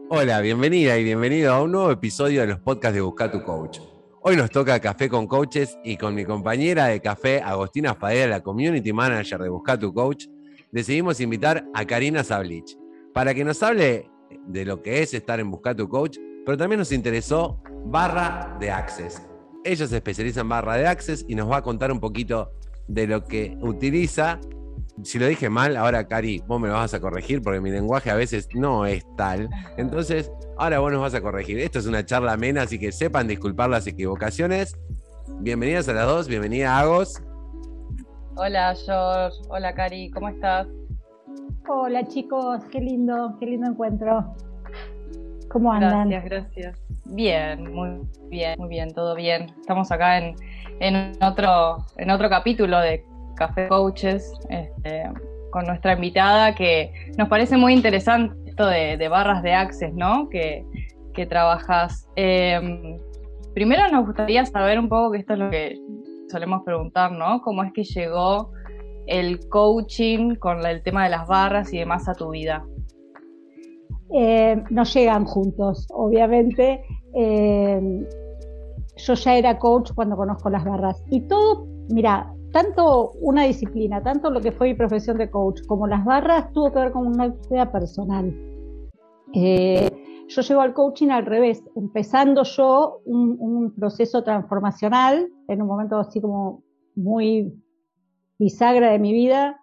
Hola, bienvenida y bienvenido a un nuevo episodio de los podcasts de Busca tu Coach. Hoy nos toca Café con Coaches y con mi compañera de café, Agostina Fadera, la Community Manager de Busca tu Coach, decidimos invitar a Karina Sablich para que nos hable de lo que es estar en Busca tu Coach, pero también nos interesó barra de Access. Ella se especializa en barra de Access y nos va a contar un poquito de lo que utiliza. Si lo dije mal, ahora Cari, vos me lo vas a corregir porque mi lenguaje a veces no es tal. Entonces, ahora vos nos vas a corregir. Esto es una charla amena, así que sepan disculpar las equivocaciones. Bienvenidas a las dos, bienvenida Agos. Hola George, hola Cari, ¿cómo estás? Hola chicos, qué lindo encuentro. ¿Cómo andan? Gracias. Bien, muy bien, todo bien. Estamos acá en otro capítulo de Café Coaches, con nuestra invitada, que nos parece muy interesante esto de barras de Access, ¿no? Que trabajas. Primero nos gustaría saber un poco, que esto es lo que solemos preguntar, ¿no? ¿Cómo es que llegó el coaching con el tema de las barras y demás a tu vida? No llegan juntos, obviamente. Yo ya era coach cuando conozco las barras. Y todo, mira, tanto una disciplina, tanto lo que fue mi profesión de coach, como las barras, tuvo que ver con una búsqueda personal. Yo llego al coaching al revés, empezando yo un proceso transformacional, en un momento así como muy bisagra de mi vida,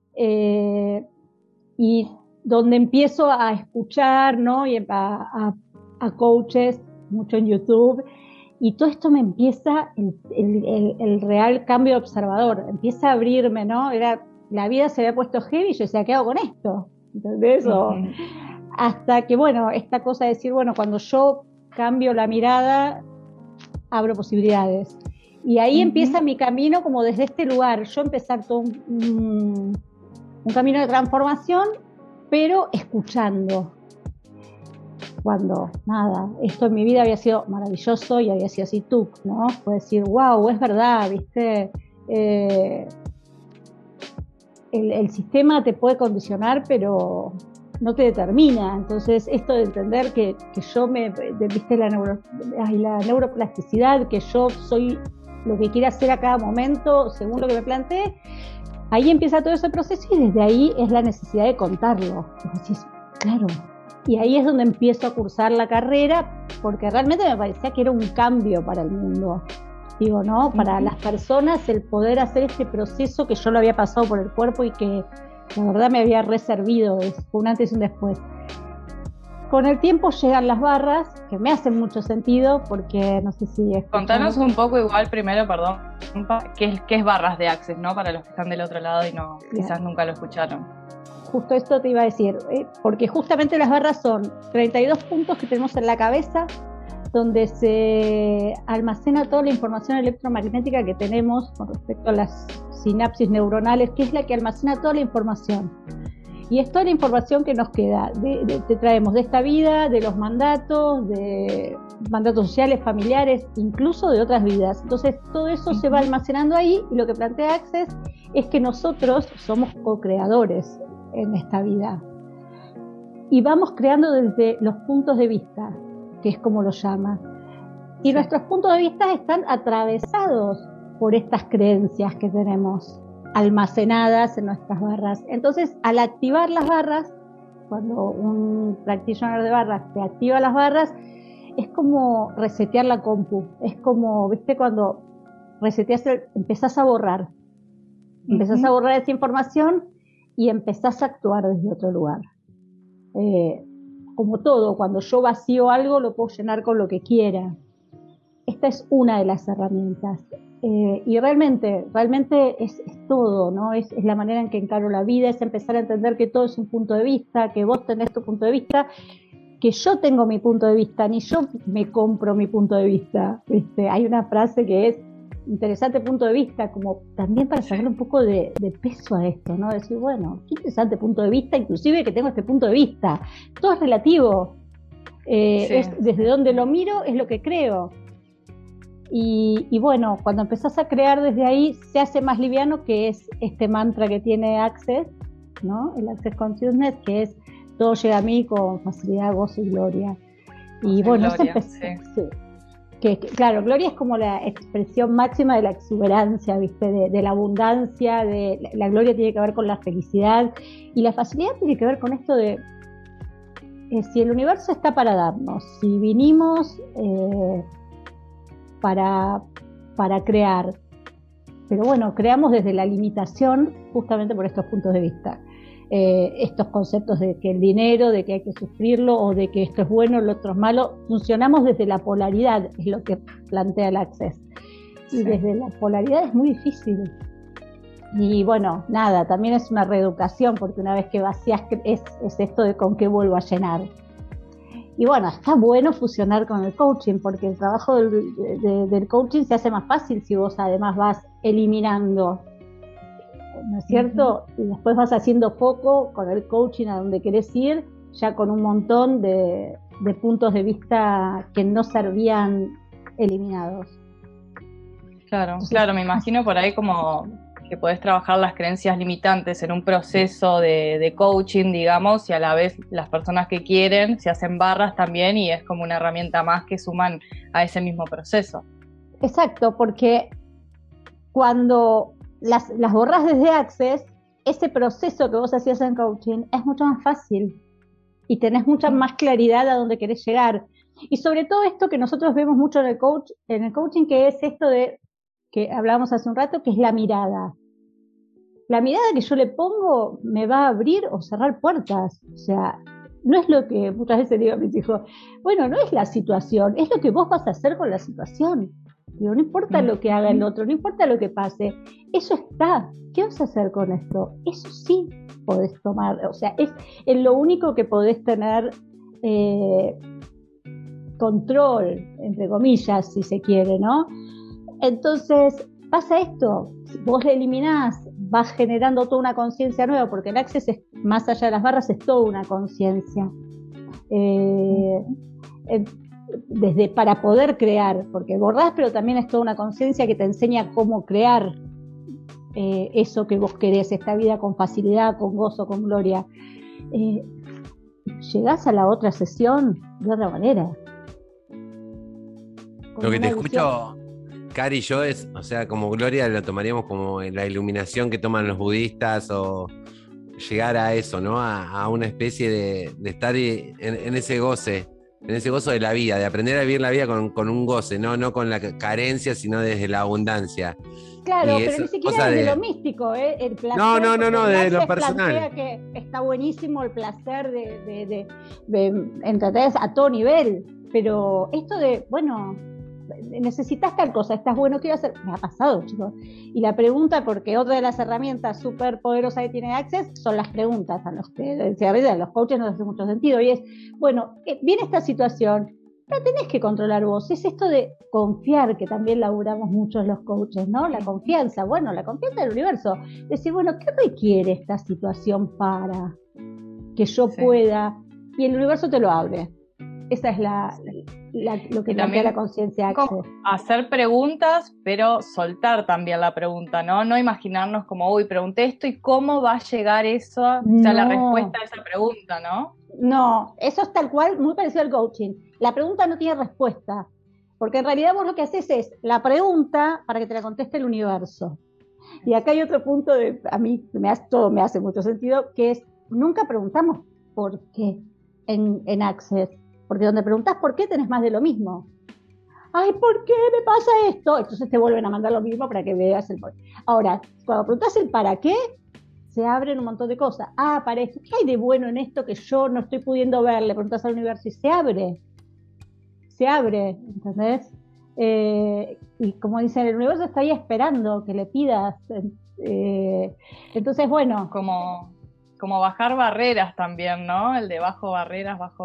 y donde empiezo a escuchar, ¿no? Y a coaches, mucho en YouTube, y todo esto me empieza el real cambio de observador, empieza a abrirme, ¿no? La vida se había puesto heavy y yo decía, ¿qué hago con esto? ¿Entendés? Hasta que, bueno, esta cosa de decir, bueno, cuando yo cambio la mirada, abro posibilidades. Y ahí empieza mi camino como desde este lugar, yo empezar todo un camino de transformación, pero escuchando. Cuando, nada, esto en mi vida había sido maravilloso y había sido así tú, ¿no? Puedo decir, wow, es verdad, ¿viste? El sistema te puede condicionar, pero no te determina. Entonces, esto de entender que yo viste la neuroplasticidad, que yo soy lo que quiero hacer a cada momento, según lo que me planteé, ahí empieza todo ese proceso y desde ahí es la necesidad de contarlo. Entonces, claro. Y ahí es donde empiezo a cursar la carrera, porque realmente me parecía que era un cambio para el mundo. Digo, ¿no? Para las personas el poder hacer este proceso que yo lo había pasado por el cuerpo y que la verdad me había reservido, fue un antes y un después. Con el tiempo llegan las barras, que me hacen mucho sentido, porque no sé si... Contanos un poco igual primero, perdón, qué es barras de Access, ¿no? Para los que están del otro lado y no, quizás nunca lo escucharon. Justo esto te iba a decir, porque justamente las barras son 32 puntos que tenemos en la cabeza, donde se almacena toda la información electromagnética que tenemos con respecto a las sinapsis neuronales, que es la que almacena toda la información. Y es toda la información que nos queda, te traemos de esta vida, de los mandatos, de mandatos sociales, familiares, incluso de otras vidas. Entonces todo eso se va almacenando ahí, y lo que plantea Access es que nosotros somos co-creadores en esta vida. Y vamos creando desde los puntos de vista, que es como lo llama. Y nuestros puntos de vista están atravesados por estas creencias que tenemos almacenadas en nuestras barras. Entonces, al activar las barras, cuando un practitioner de barras te activa las barras, es como resetear la compu. Es como, ¿viste? Cuando reseteas, empezás a borrar. Empezás a borrar esa información y empezás a actuar desde otro lugar. Como todo, cuando yo vacío algo, lo puedo llenar con lo que quiera. Esta es una de las herramientas. Y realmente es todo, ¿no? Es la manera en que encaro la vida, es empezar a entender que todo es un punto de vista, que vos tenés tu punto de vista, que yo tengo mi punto de vista, ni yo me compro mi punto de vista. Hay una frase que es interesante punto de vista, como también para sacar un poco de peso a esto, ¿no? Decir, bueno, qué interesante punto de vista, inclusive que tengo este punto de vista. Todo es relativo. Es desde donde lo miro, es lo que creo. Y bueno, cuando empezás a crear desde ahí, se hace más liviano, que es este mantra que tiene Access, ¿no? El Access Consciousness, que es todo llega a mí con facilidad, gozo y gloria. Y Gozo bueno, y eso gloria, empezó, sí. sí. Claro, gloria es como la expresión máxima de la exuberancia, ¿viste? De la abundancia, la gloria tiene que ver con la felicidad, y la facilidad tiene que ver con esto de si el universo está para darnos, si vinimos para crear, pero bueno, creamos desde la limitación justamente por estos puntos de vista. Estos conceptos de que el dinero, de que hay que sufrirlo, o de que esto es bueno, lo otro es malo, funcionamos desde la polaridad, es lo que plantea el Access. Y Sí. desde la polaridad es muy difícil. Y bueno, nada, también es una reeducación, porque una vez que vacías es esto de con qué vuelvo a llenar. Y bueno, está bueno fusionar con el coaching, porque el trabajo del coaching se hace más fácil si vos además vas eliminando, ¿no es cierto? Y después vas haciendo foco con el coaching a donde querés ir, ya con un montón de puntos de vista que no servían eliminados. Claro, Entonces, claro, me imagino por ahí como que podés trabajar las creencias limitantes en un proceso de coaching, digamos, y a la vez las personas que quieren se hacen barras también, y es como una herramienta más que suman a ese mismo proceso. exacto, porque cuando las borras desde Access, ese proceso que vos hacías en coaching es mucho más fácil y tenés mucha más claridad a dónde querés llegar. Y sobre todo esto que nosotros vemos mucho en el coaching, que es esto de que hablábamos hace un rato, que es la mirada. La mirada que yo le pongo me va a abrir o cerrar puertas. O sea, no es lo que muchas veces digo a mis hijos, bueno, no es la situación, es lo que vos vas a hacer con la situación. Digo, no importa lo que haga el otro, no importa lo que pase, eso está. ¿Qué vas a hacer con esto? Eso sí podés tomar, o sea, es lo único que podés tener control, entre comillas, si se quiere, ¿no? Entonces, pasa esto, vos le eliminás, vas generando toda una conciencia nueva, porque el Access, más allá de las barras, es toda una conciencia. Desde para poder crear, porque borrás, pero también es toda una conciencia que te enseña cómo crear eso que vos querés, esta vida con facilidad, con gozo, con gloria. Llegás a la otra sesión de otra manera. Lo que te escucho, Cari, y yo es, o sea, como gloria lo tomaríamos como la iluminación que toman los budistas, o llegar a eso, ¿no? A una especie de estar en ese goce. En ese gozo de la vida, de aprender a vivir la vida con un goce, no con la carencia, sino desde la abundancia. Claro, Y pero eso, ni siquiera cosa desde lo místico, el placer. No, de lo plantea personal. que está buenísimo el placer ¿entendés? A todo nivel, pero esto de, bueno, necesitas tal cosa, estás bueno, ¿qué voy a hacer? Me ha pasado, chicos. Y la pregunta, porque otra de las herramientas súper poderosas que tiene Access son las preguntas, a los que a veces a los coaches no les hace mucho sentido, y es, bueno, viene esta situación, la tenés que controlar vos, es esto de confiar, que también laburamos mucho los coaches, ¿no? La confianza, bueno, la confianza del universo, decir, bueno, ¿qué requiere esta situación para que yo pueda? Y el universo te lo abre. Esa es lo que plantea la conciencia Access. Hacer preguntas, pero soltar también la pregunta, ¿no? No imaginarnos como, uy, pregunté esto y cómo va a llegar eso, o sea, la respuesta a esa pregunta, ¿no? No, eso es tal cual, muy parecido al coaching. La pregunta no tiene respuesta, porque en realidad vos lo que haces es la pregunta para que te la conteste el universo. Y acá hay otro punto, a mí todo me hace mucho sentido, que es, nunca preguntamos por qué en Access. Porque donde preguntas por qué tenés más de lo mismo. Ay, ¿por qué me pasa esto? Entonces te vuelven a mandar lo mismo para que veas el por qué. Ahora, cuando preguntas el para qué, se abren un montón de cosas. Ah, para esto, ¿qué hay de bueno en esto que yo no estoy pudiendo ver? Le preguntas al universo y se abre, ¿entendés? Y como dicen, el universo está ahí esperando que le pidas. Entonces, bueno. Como bajar barreras también, ¿no? El de bajo barreras. Bajo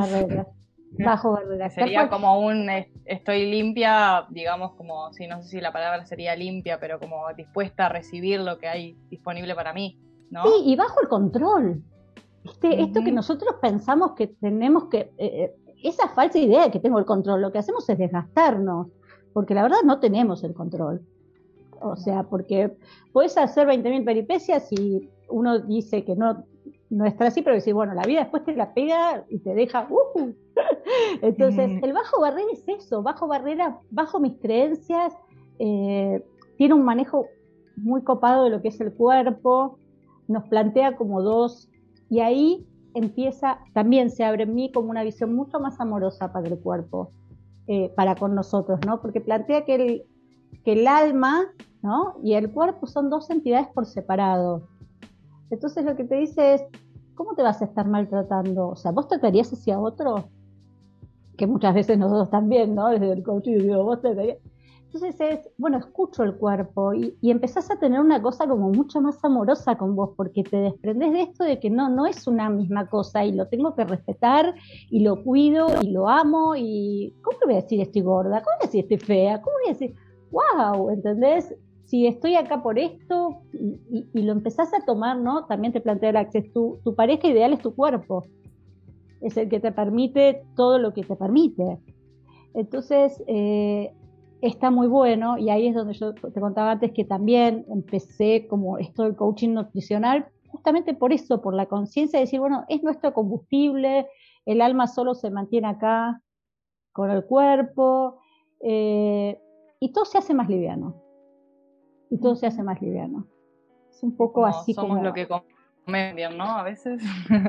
barreras. Sería como estoy limpia, digamos, como, sí, no sé si la palabra sería limpia, pero como dispuesta a recibir lo que hay disponible para mí, ¿no? Sí, y bajo el control. Esto que nosotros pensamos que tenemos que... esa falsa idea de que tengo el control, lo que hacemos es desgastarnos, porque la verdad no tenemos el control. O sea, porque puedes hacer 20.000 peripecias y uno dice que no no es así, pero decir, bueno, la vida después te la pega y te deja, Entonces, el bajo barrera es eso, bajo barrera, bajo mis creencias, tiene un manejo muy copado de lo que es el cuerpo, nos plantea como dos, y ahí empieza, también se abre en mí como una visión mucho más amorosa para el cuerpo, para con nosotros, ¿no? Porque plantea que el alma, ¿no?, y el cuerpo son dos entidades por separado. Entonces lo que te dice es, ¿cómo te vas a estar maltratando? O sea, ¿vos tratarías hacia otro? Que muchas veces nosotros también, ¿no? Desde el coaching digo, ¿vos tratarías? Entonces es, bueno, escucho el cuerpo y empezás a tener una cosa como mucho más amorosa con vos, porque te desprendés de esto de que no es una misma cosa y lo tengo que respetar y lo cuido y lo amo y ¿cómo le voy a decir estoy gorda? ¿Cómo le voy a decir estoy fea? ¿Cómo voy a decir, wow, ¿entendés? Si estoy acá por esto y lo empezás a tomar, ¿no? También te plantea el acceso, tu pareja ideal es tu cuerpo, es el que te permite todo lo que te permite. Entonces, está muy bueno, y ahí es donde yo te contaba antes que también empecé como esto del coaching nutricional, justamente por eso, por la conciencia de decir, bueno, es nuestro combustible, el alma solo se mantiene acá con el cuerpo, y todo se hace más liviano. Y todo se hace más liviano. Es un poco como así somos como... lo que comemos bien, ¿no? A veces.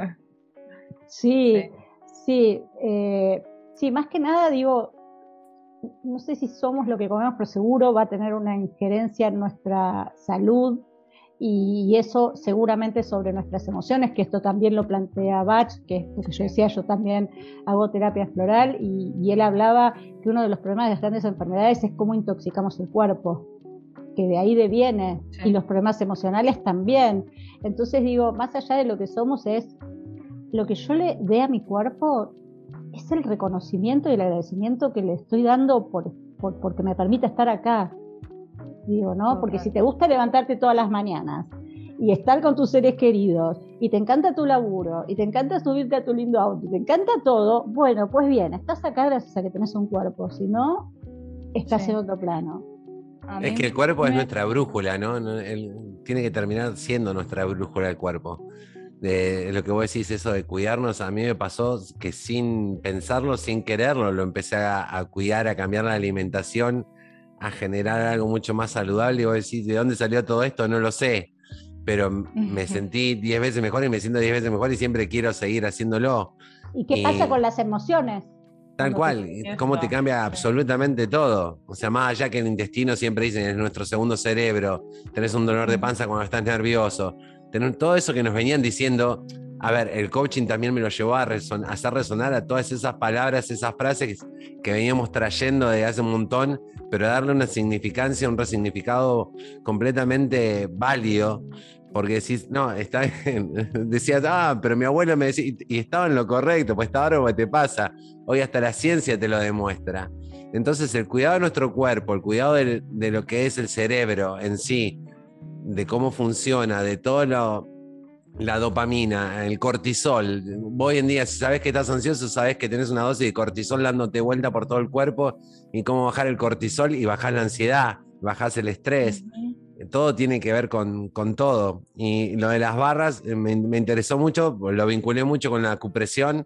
Sí, sí, sí, más que nada digo, no sé si somos lo que comemos, pero seguro va a tener una injerencia en nuestra salud y eso seguramente sobre nuestras emociones, que esto también lo plantea Bach, que es lo que yo decía, yo también hago terapia floral y él hablaba que uno de los problemas de las grandes enfermedades es cómo intoxicamos el cuerpo, que de ahí deviene, y los problemas emocionales también. Entonces digo, más allá de lo que somos es lo que yo le dé a mi cuerpo es el reconocimiento y el agradecimiento que le estoy dando porque me permite estar acá. Digo, ¿no? Porque si te gusta levantarte todas las mañanas y estar con tus seres queridos y te encanta tu laburo y te encanta subirte a tu lindo auto y te encanta todo, bueno, pues bien, estás acá gracias a que tenés un cuerpo, si no, estás en otro plano. Es que el cuerpo es nuestra brújula, ¿no? Tiene que terminar siendo nuestra brújula el cuerpo. De lo que vos decís, eso de cuidarnos, a mí me pasó que sin pensarlo, sin quererlo, lo empecé a cuidar, a cambiar la alimentación, a generar algo mucho más saludable. Y vos decís, ¿de dónde salió todo esto? No lo sé, pero me sentí 10 veces mejor y me siento 10 veces mejor y siempre quiero seguir haciéndolo. ¿Y qué pasa con las emociones? Tal cual, cómo te cambia absolutamente todo. O sea, más allá que el intestino siempre dicen es nuestro segundo cerebro, tenés un dolor de panza cuando estás nervioso, tener todo eso que nos venían diciendo. A ver, el coaching también me lo llevó a hacer resonar a todas esas palabras, esas frases que veníamos trayendo desde hace un montón, pero darle una significancia, un resignificado completamente válido. Porque decís, no, está bien. Decías, pero mi abuelo me decía, y estaba en lo correcto, pues está ahora te pasa. Hoy hasta la ciencia te lo demuestra. Entonces, el cuidado de nuestro cuerpo, el cuidado de lo que es el cerebro en sí, de cómo funciona, de todo la dopamina, el cortisol. Hoy en día, si sabes que estás ansioso, sabes que tenés una dosis de cortisol dándote vuelta por todo el cuerpo y cómo bajar el cortisol y bajar la ansiedad, bajar el estrés. Todo tiene que ver con todo. Y lo de las barras me interesó mucho, lo vinculé mucho con la acupresión,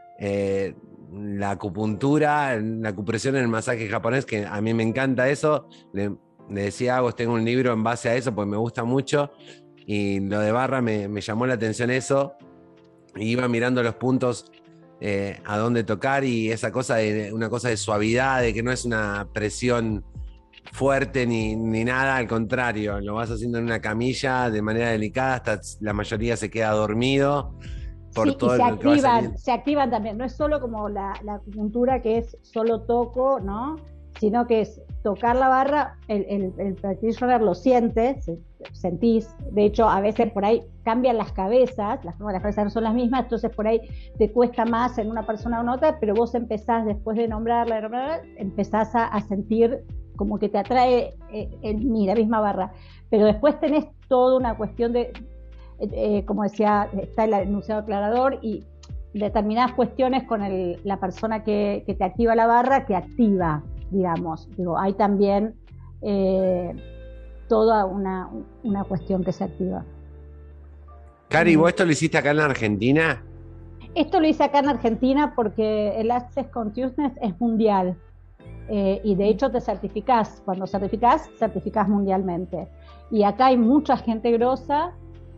la acupuntura, la acupresión en el masaje japonés, que a mí me encanta eso. Le decía a Agos, tengo un libro en base a eso, pues me gusta mucho. Y lo de barra me llamó la atención eso. Y iba mirando los puntos a dónde tocar y esa cosa una cosa de suavidad, de que no es una presión fuerte ni nada, al contrario, lo vas haciendo en una camilla de manera delicada, hasta la mayoría se queda dormido por sí, todo y lo que va saliendo. se activan también, no es solo como la acupuntura que es solo toco, ¿no? Sino que es tocar la barra, el practitioner lo siente, sentís, de hecho a veces por ahí cambian las cabezas, las cabezas no son las mismas, entonces por ahí te cuesta más en una persona o en otra, pero vos empezás después de nombrarla, empezás a sentir como que te atrae la misma barra, pero después tenés toda una cuestión de, como decía, está el enunciado aclarador y determinadas cuestiones con la persona que te activa la barra, que activa, digamos, digo, hay también toda una cuestión que se activa. Cari, ¿vos esto lo hiciste acá en la Argentina? Esto lo hice acá en Argentina porque el Access Consciousness es mundial. Y de hecho te certificás. Cuando certificás mundialmente. Y acá hay mucha gente grosa.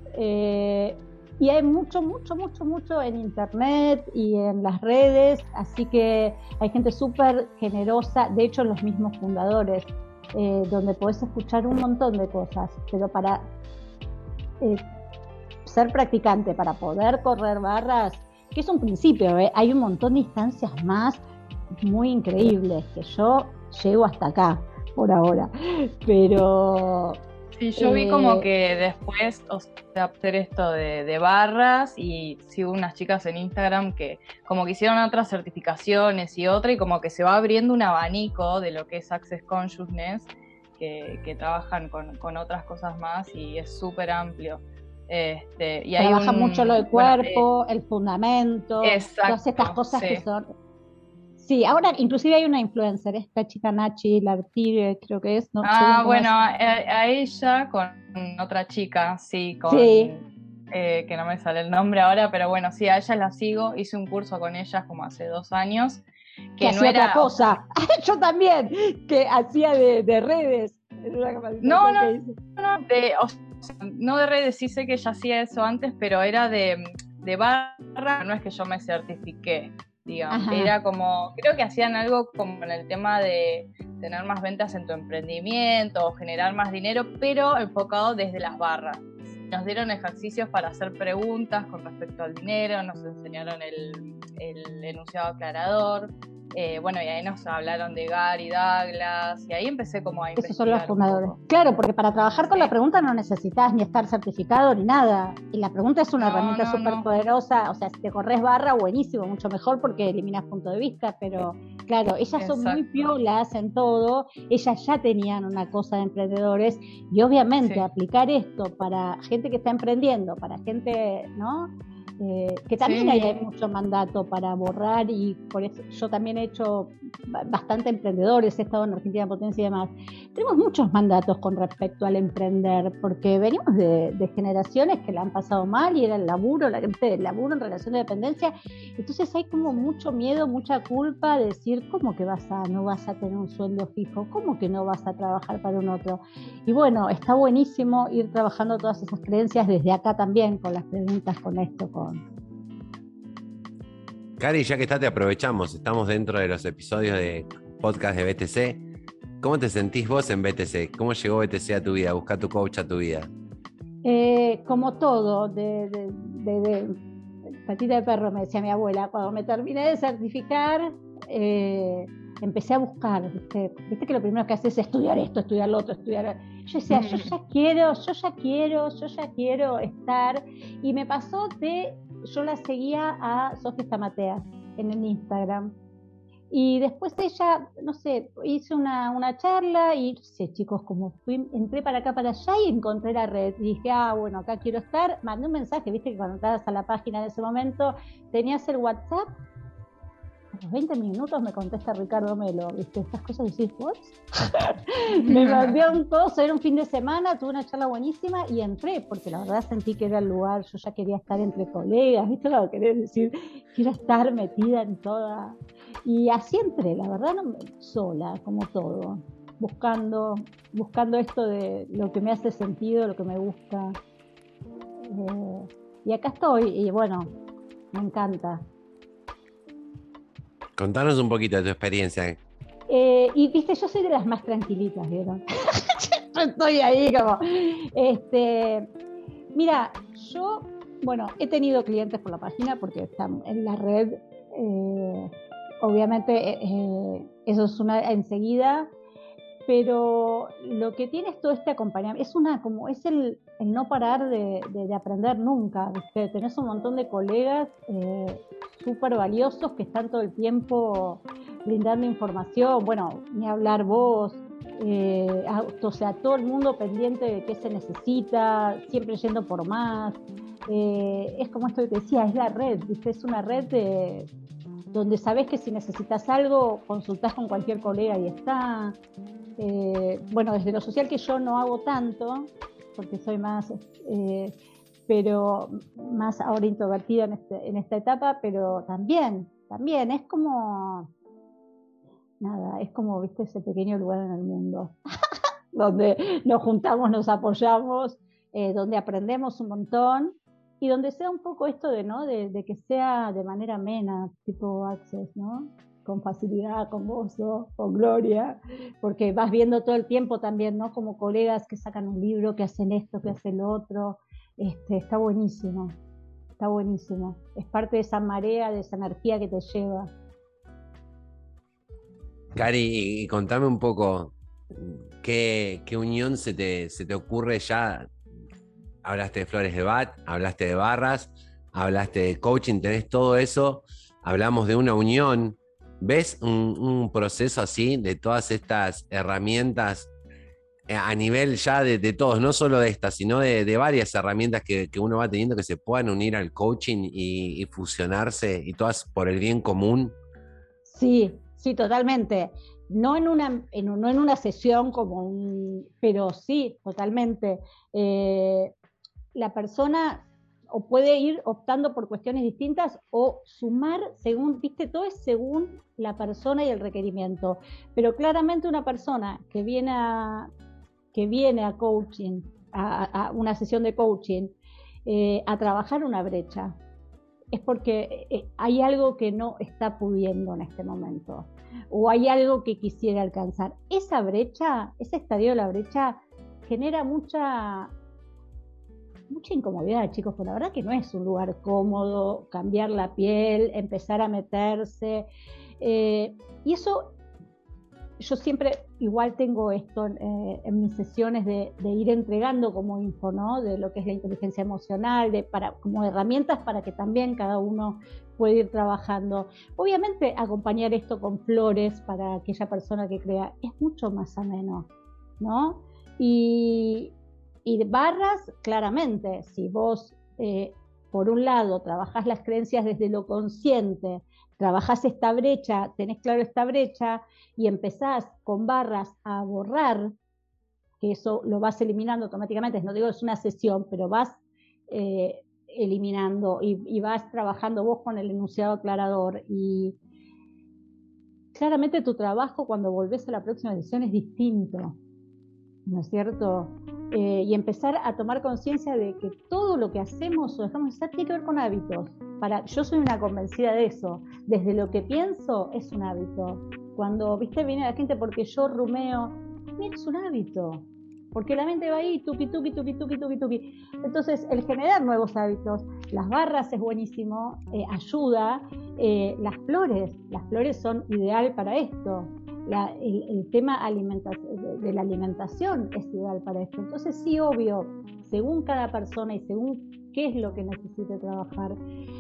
Y hay mucho en internet y en las redes, así que hay gente súper generosa, de hecho los mismos fundadores, donde podés escuchar un montón de cosas, pero para ser practicante, para poder correr barras, que es un principio, hay un montón de instancias más muy increíbles, que yo llego hasta acá por ahora, pero... Sí, yo vi como que después, o sea, hacer esto de barras, y sigo unas chicas en Instagram que como que hicieron otras certificaciones y como que se va abriendo un abanico de lo que es Access Consciousness, que trabajan con otras cosas más, y es súper amplio. Y trabaja mucho lo del cuerpo, el fundamento, exacto, todas estas cosas sí. que son... Sí, ahora inclusive hay una influencer, esta chica Nachi Lartigue, creo que es. ¿No? Bueno, a ella con otra chica, sí, sí. Que no me sale el nombre ahora, pero bueno, sí, a ella la sigo, hice un curso con ellas como hace 2 años. Que no era otra cosa, yo también, que hacía de redes. No, de redes, sí sé que ella hacía eso antes, pero era de barra, no es que yo me certifiqué, digamos. Ajá. Era como, creo que hacían algo como en el tema de tener más ventas en tu emprendimiento o generar más dinero, pero enfocado desde las barras. Nos dieron ejercicios para hacer preguntas con respecto al dinero, nos enseñaron el enunciado aclarador. Bueno, y ahí nos hablaron de Gary Douglas, y ahí empecé como a investigar. Esos son los fundadores. Claro, porque para trabajar con la pregunta no necesitas ni estar certificado ni nada. Y la pregunta es una herramienta súper poderosa. O sea, si te corres barra, buenísimo, mucho mejor porque eliminas punto de vista. Pero claro, ellas son muy piolas en todo. Ellas ya tenían una cosa de emprendedores. Y obviamente aplicar esto para gente que está emprendiendo, para gente, ¿no? Que también hay mucho mandato para borrar, y por eso yo también he hecho bastante emprendedores, he estado en Argentina Potencia y demás. Tenemos muchos mandatos con respecto al emprender, porque venimos de generaciones que la han pasado mal y era el laburo, la gente del laburo en relación de dependencia. Entonces hay como mucho miedo, mucha culpa de decir, ¿cómo que no vas a tener un sueldo fijo? ¿Cómo que no vas a trabajar para un otro? Y bueno, está buenísimo ir trabajando todas esas creencias desde acá también, con las preguntas, con esto, Cari, ya que te aprovechamos, estamos dentro de los episodios de podcast de BTC. ¿Cómo te sentís vos en BTC? ¿Cómo llegó BTC a tu vida? Busca tu coach a tu vida. Como todo, de patita de perro, me decía mi abuela. Cuando me terminé de certificar, empecé a buscar. ¿Viste que lo primero que haces es estudiar esto, estudiar lo otro, estudiar... Yo decía, yo ya quiero estar. Y me pasó yo la seguía a Sofía Stamateas en el Instagram. Y después ella, no sé, hice una charla y, no sé, chicos, como entré para acá, para allá y encontré la red. Y dije, bueno, acá quiero estar. Mandé un mensaje, viste que cuando entrabas a la página en ese momento, tenías el WhatsApp. A los 20 minutos me contesta Ricardo Melo, ¿viste? Estas cosas decís, ¿what? Me mandé un coso, era un fin de semana, tuve una charla buenísima y entré, porque la verdad sentí que era el lugar, yo ya quería estar entre colegas, ¿viste lo que querés decir? Quiero estar metida en toda... Y así entré, la verdad, sola, como todo, buscando esto de lo que me hace sentido, lo que me gusta. Y acá estoy, y bueno, me encanta. Contanos un poquito de tu experiencia. Y viste, yo soy de las más tranquilitas, ¿vieron? Yo estoy ahí como... Mira, yo, bueno, he tenido clientes por la página porque están en la red. Obviamente, eso es una enseguida. Pero lo que tiene es todo este acompañamiento, es el no parar de aprender nunca, ¿viste? Tenés un montón de colegas súper valiosos que están todo el tiempo brindando información, bueno, ni hablar vos, o sea, todo el mundo pendiente de qué se necesita, siempre yendo por más. Es como esto que te decía, es la red, ¿viste? Es una red donde sabés que si necesitas algo, consultás con cualquier colega y está. Bueno, desde lo social, que yo no hago tanto, porque soy más pero más ahora introvertida en esta etapa, pero también es como, nada, es como, viste, ese pequeño lugar en el mundo, donde nos juntamos, nos apoyamos, donde aprendemos un montón, y donde sea un poco esto de que sea de manera amena, tipo Access, ¿no? Con facilidad, con gozo, con gloria, porque vas viendo todo el tiempo también, ¿no? Como colegas que sacan un libro, que hacen esto, que hacen lo otro. Está buenísimo, está buenísimo. Es parte de esa marea, de esa energía que te lleva. Cari, y contame un poco, ¿qué unión se te ocurre ya? Hablaste de flores de Bach, hablaste de barras, hablaste de coaching, tenés todo eso, hablamos de una unión. ¿Ves un proceso así de todas estas herramientas a nivel ya de todos, no solo de estas, sino de varias herramientas que uno va teniendo que se puedan unir al coaching y fusionarse y todas por el bien común? Sí, sí, totalmente. No en una sesión pero sí, totalmente. La persona o puede ir optando por cuestiones distintas o sumar según, viste, todo es según la persona y el requerimiento. Pero claramente una persona que viene a coaching, a una sesión de coaching, a trabajar una brecha, es porque hay algo que no está pudiendo en este momento, o hay algo que quisiera alcanzar. Esa brecha, ese estadio de la brecha, genera mucha incomodidad, chicos, porque la verdad que no es un lugar cómodo, cambiar la piel, empezar a meterse, y eso, yo siempre igual tengo esto en mis sesiones de ir entregando como info, ¿no? De lo que es la inteligencia emocional, como herramientas para que también cada uno pueda ir trabajando. Obviamente acompañar esto con flores para aquella persona que crea es mucho más ameno, ¿no? Y barras, claramente, si vos por un lado trabajás las creencias desde lo consciente, trabajás esta brecha, tenés claro esta brecha y empezás con barras a borrar, que eso lo vas eliminando automáticamente, no digo es una sesión, pero vas eliminando y vas trabajando vos con el enunciado aclarador, y claramente tu trabajo cuando volvés a la próxima sesión es distinto, ¿no es cierto? Y empezar a tomar conciencia de que todo lo que hacemos o dejamos de hacer tiene que ver con hábitos. Yo soy una convencida de eso. Desde lo que pienso es un hábito. Cuando, viste, viene la gente porque yo rumeo, mira, es un hábito. Porque la mente va ahí, tuqui, tuqui, tuqui, tuqui, tuqui, tuqui. Entonces, el generar nuevos hábitos, las barras es buenísimo, ayuda. Las flores son ideal para esto. El tema de la alimentación es ideal para esto. Entonces sí, obvio, según cada persona y según qué es lo que necesite trabajar,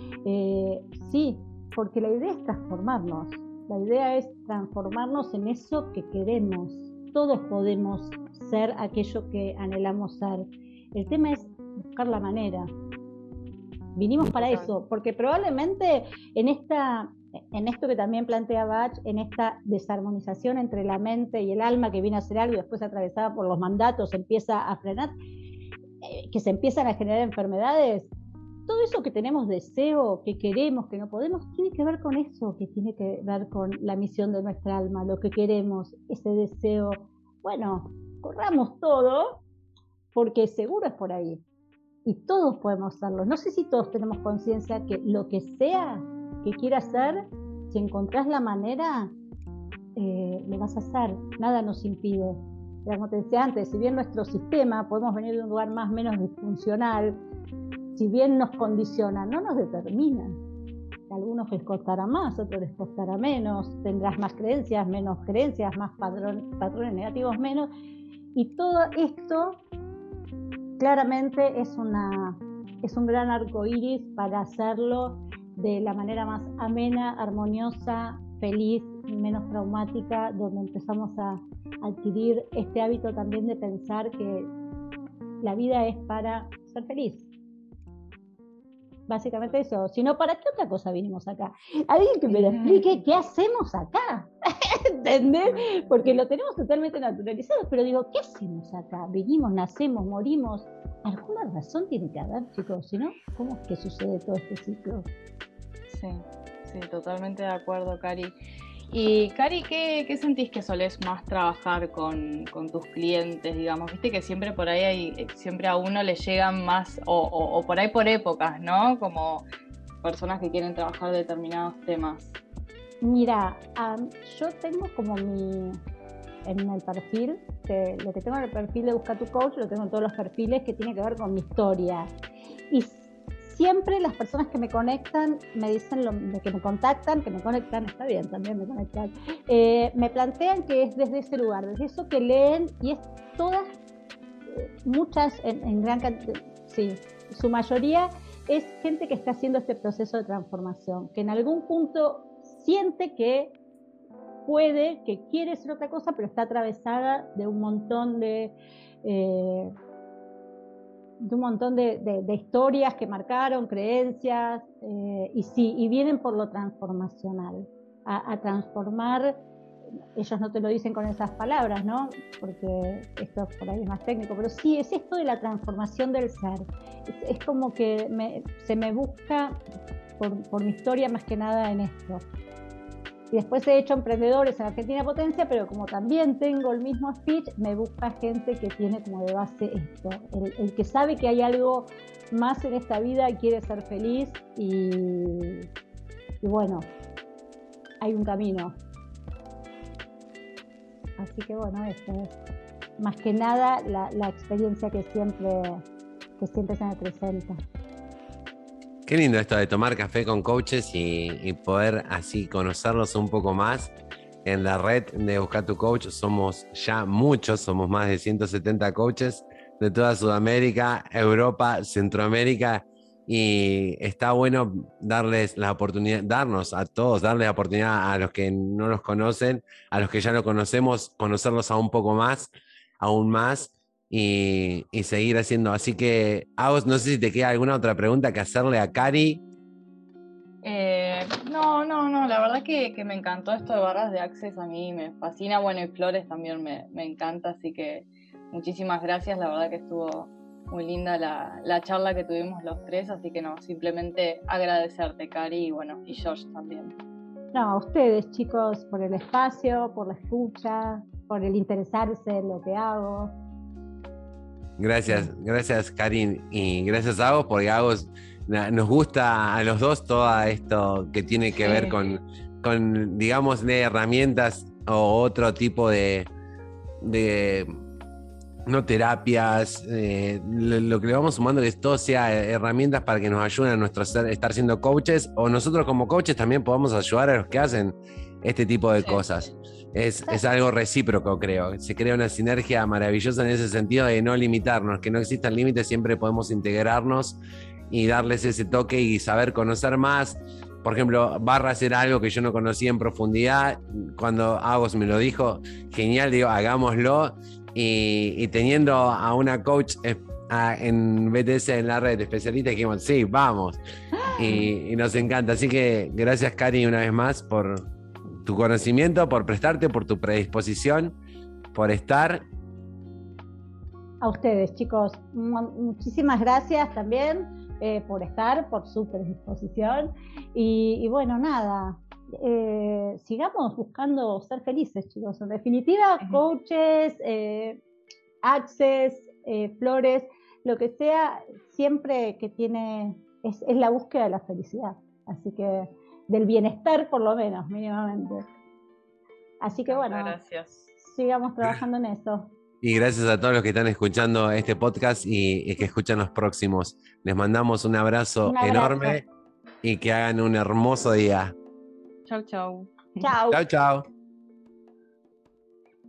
sí, porque la idea es transformarnos. La idea es transformarnos en eso que queremos. Todos podemos ser aquello que anhelamos ser. El tema es buscar la manera. Vinimos para eso, porque probablemente en esto que también plantea Bach, en esta desarmonización entre la mente y el alma que viene a ser algo y después atravesada por los mandatos empieza a frenar, que se empiezan a generar enfermedades, todo eso que tenemos deseo, que queremos, que no podemos, tiene que ver con eso, que tiene que ver con la misión de nuestra alma, lo que queremos, ese deseo. Bueno, corramos todo, porque seguro es por ahí. Y todos podemos hacerlo. No sé si todos tenemos conciencia que lo que sea que quieras hacer, si encontrás la manera, lo vas a hacer. Nada nos impide. Como te decía antes, si bien nuestro sistema, podemos venir de un lugar más o menos disfuncional, si bien nos condiciona, no nos determina. A algunos les costará más, a otros les costará menos, tendrás más creencias, menos creencias, más patrones negativos, menos. Y todo esto claramente es un gran arco iris para hacerlo de la manera más amena, armoniosa, feliz, menos traumática, donde empezamos a adquirir este hábito también de pensar que la vida es para ser feliz. Básicamente eso. Si no, ¿para qué otra cosa vinimos acá? Alguien que me lo explique, ¿qué hacemos acá? ¿entendés? Porque lo tenemos totalmente naturalizado, pero digo, ¿qué hacemos acá? Venimos, nacemos, morimos. Alguna razón tiene que haber, chicos, si no, ¿cómo es que sucede todo este ciclo? Sí, sí, totalmente de acuerdo, Cari. Y Cari, ¿qué sentís que solés más trabajar con tus clientes, digamos? Viste que siempre por ahí siempre a uno le llegan más, o por ahí por épocas, ¿no? Como personas que quieren trabajar determinados temas. Mira, yo tengo como en el perfil, lo que tengo en el perfil de Busca tu Coach, lo tengo en todos los perfiles que tiene que ver con mi historia. Y siempre las personas que me conectan me dicen que me conectan, está bien, también me conectan, me plantean que es desde ese lugar, desde eso que leen, y es todas, muchas, en gran cantidad, sí, su mayoría es gente que está haciendo este proceso de transformación, que en algún punto siente que puede, que quiere ser otra cosa, pero está atravesada de un montón de historias que marcaron, creencias, y vienen por lo transformacional, a transformar. Ellos no te lo dicen con esas palabras, ¿no? Porque esto por ahí es más técnico, pero sí, es esto de la transformación del ser. Es como que se me busca por mi historia más que nada en esto. Y después he hecho emprendedores en Argentina Potencia, pero como también tengo el mismo speech, me busca gente que tiene como de base esto, el que sabe que hay algo más en esta vida y quiere ser feliz, y bueno, hay un camino. Así que bueno, esto es más que nada la experiencia que siempre se me presenta. Qué lindo esto de tomar café con coaches y poder así conocerlos un poco más. En la red de Busca tu Coach somos ya muchos, somos más de 170 coaches de toda Sudamérica, Europa, Centroamérica, y está bueno darles la oportunidad, darles la oportunidad a los que no nos conocen, a los que ya lo conocemos, conocerlos aún más. Y seguir haciendo. Así que, Agos, no sé si te queda alguna otra pregunta que hacerle a Cari. No, la verdad que me encantó esto de barras de Access, a mí me fascina, bueno, y Flores también me encanta, así que muchísimas gracias, la verdad que estuvo muy linda la charla que tuvimos los tres, así que no, simplemente agradecerte, Cari, y bueno, y George también. No, a ustedes, chicos, por el espacio, por la escucha, por el interesarse en lo que hago. Gracias Karin, y gracias Agos, porque Agos nos gusta a los dos todo esto que tiene que ver con digamos, de herramientas o otro tipo de no terapias, lo que le vamos sumando es que todo sea herramientas para que nos ayuden a nuestro estar siendo coaches, o nosotros como coaches también podamos ayudar a los que hacen este tipo de cosas. Es algo recíproco, creo. Se crea una sinergia maravillosa en ese sentido de no limitarnos, que no existan límites, siempre podemos integrarnos y darles ese toque y saber conocer más. Por ejemplo, barras era algo que yo no conocía en profundidad. Cuando Agos me lo dijo, genial, digo, hagámoslo. Y teniendo a una coach en BTS en la red especialista, dijimos, sí, vamos. Y nos encanta. Así que gracias, Cari, una vez más por tu conocimiento, por prestarte, por tu predisposición, por estar. A ustedes, chicos, muchísimas gracias también por estar, por su predisposición. Y bueno, nada, sigamos buscando ser felices, chicos. En definitiva, coaches, Access, Flores, lo que sea, siempre que tiene, es la búsqueda de la felicidad. Así que del bienestar, por lo menos, mínimamente. Así que bueno, gracias. Sigamos trabajando en eso. Y gracias a todos los que están escuchando este podcast y que escuchan los próximos. Les mandamos un abrazo enorme y que hagan un hermoso día. Chau, chau. Chau. Chau, chau.